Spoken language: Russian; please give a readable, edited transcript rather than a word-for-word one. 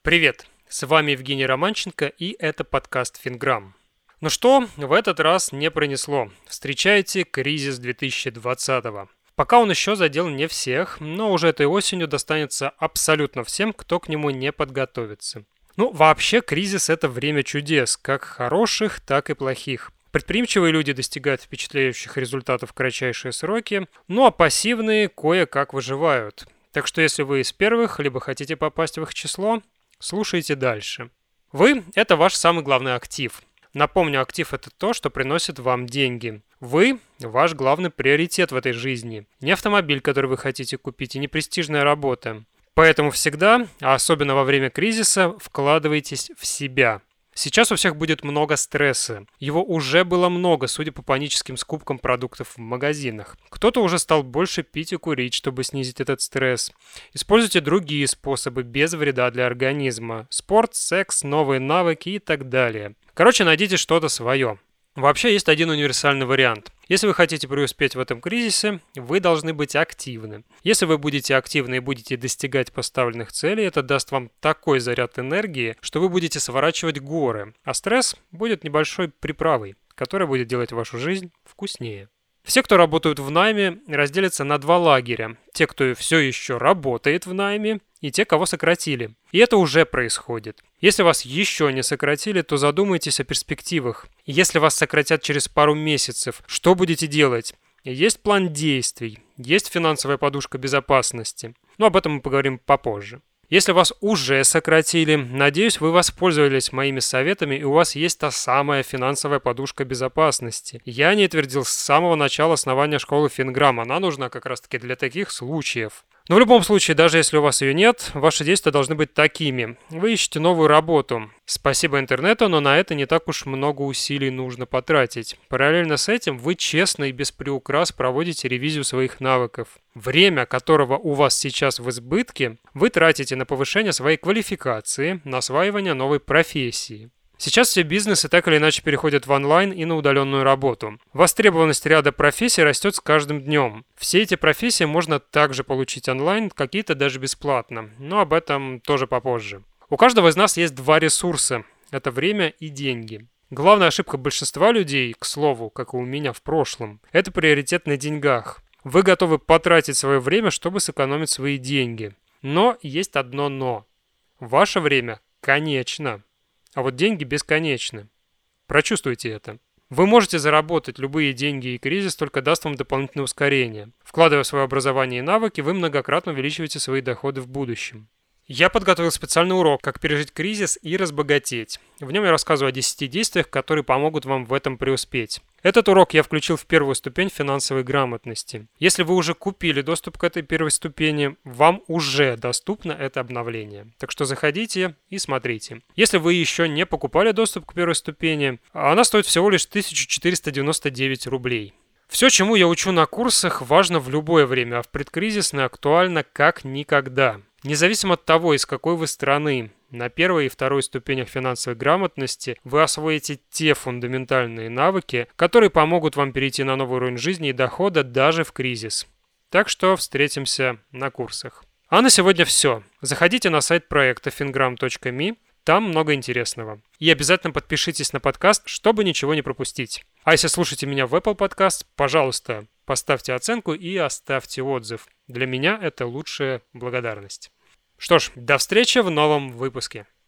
Привет, с вами Евгений Романченко, и это подкаст «Финграмм». Ну что, в этот раз не пронесло. Встречайте кризис 2020-го. Пока он еще задел не всех, но уже этой осенью достанется абсолютно всем, кто к нему не подготовится. Вообще, кризис – это время чудес, как хороших, так и плохих. Предприимчивые люди достигают впечатляющих результатов в кратчайшие сроки, а пассивные кое-как выживают. Так что если вы из первых, либо хотите попасть в их число, слушайте дальше. Вы – это ваш самый главный актив. Напомню, актив – это то, что приносит вам деньги. Вы – ваш главный приоритет в этой жизни. Не автомобиль, который вы хотите купить, и не престижная работа. Поэтому всегда, а особенно во время кризиса, вкладывайтесь в себя. Сейчас у всех будет много стресса. Его уже было много, судя по паническим скупкам продуктов в магазинах. Кто-то уже стал больше пить и курить, чтобы снизить этот стресс. Используйте другие способы без вреда для организма. Спорт, секс, новые навыки и так далее. Короче, найдите что-то свое. Вообще есть один универсальный вариант. Если вы хотите преуспеть в этом кризисе, вы должны быть активны. Если вы будете активны и будете достигать поставленных целей, это даст вам такой заряд энергии, что вы будете сворачивать горы, а стресс будет небольшой приправой, которая будет делать вашу жизнь вкуснее. Все, кто работают в найме, разделятся на два лагеря. Те, кто все еще работает в найме, и те, кого сократили. И это уже происходит. Если вас еще не сократили, то задумайтесь о перспективах. Если вас сократят через пару месяцев, что будете делать? Есть план действий, есть финансовая подушка безопасности. Об этом мы поговорим попозже. Если вас уже сократили, надеюсь, вы воспользовались моими советами, и у вас есть та самая финансовая подушка безопасности. Я не твердил с самого начала основания школы Финграмм. Она нужна как раз-таки для таких случаев. Но в любом случае, даже если у вас ее нет, ваши действия должны быть такими. Вы ищете новую работу. Спасибо интернету, но на это не так уж много усилий нужно потратить. Параллельно с этим вы честно и без приукрас проводите ревизию своих навыков. Время, которого у вас сейчас в избытке, вы тратите на повышение своей квалификации, на осваивание новой профессии. Сейчас все бизнесы так или иначе переходят в онлайн и на удаленную работу. Востребованность ряда профессий растет с каждым днем. Все эти профессии можно также получить онлайн, какие-то даже бесплатно. Но об этом тоже попозже. У каждого из нас есть два ресурса. Это время и деньги. Главная ошибка большинства людей, к слову, как и у меня в прошлом, это приоритет на деньгах. Вы готовы потратить свое время, чтобы сэкономить свои деньги. Но есть одно «но». Ваше время конечно. А вот деньги бесконечны. Прочувствуйте это. Вы можете заработать любые деньги, и кризис только даст вам дополнительное ускорение. Вкладывая в свое образование и навыки, вы многократно увеличиваете свои доходы в будущем. Я подготовил специальный урок «Как пережить кризис и разбогатеть». В нем я рассказываю о 10 действиях, которые помогут вам в этом преуспеть. Этот урок я включил в первую ступень финансовой грамотности. Если вы уже купили доступ к этой первой ступени, вам уже доступно это обновление. Так что заходите и смотрите. Если вы еще не покупали доступ к первой ступени, она стоит всего лишь 1499 рублей. Все, чему я учу на курсах, важно в любое время, а в предкризисное актуально как никогда. Независимо от того, из какой вы страны, на первой и второй ступенях финансовой грамотности вы освоите те фундаментальные навыки, которые помогут вам перейти на новый уровень жизни и дохода даже в кризис. Так что встретимся на курсах. А на сегодня все. Заходите на сайт проекта fingram.me, там много интересного. И обязательно подпишитесь на подкаст, чтобы ничего не пропустить. А если слушаете меня в Apple Podcast, пожалуйста, поставьте оценку и оставьте отзыв. Для меня это лучшая благодарность. Что ж, до встречи в новом выпуске.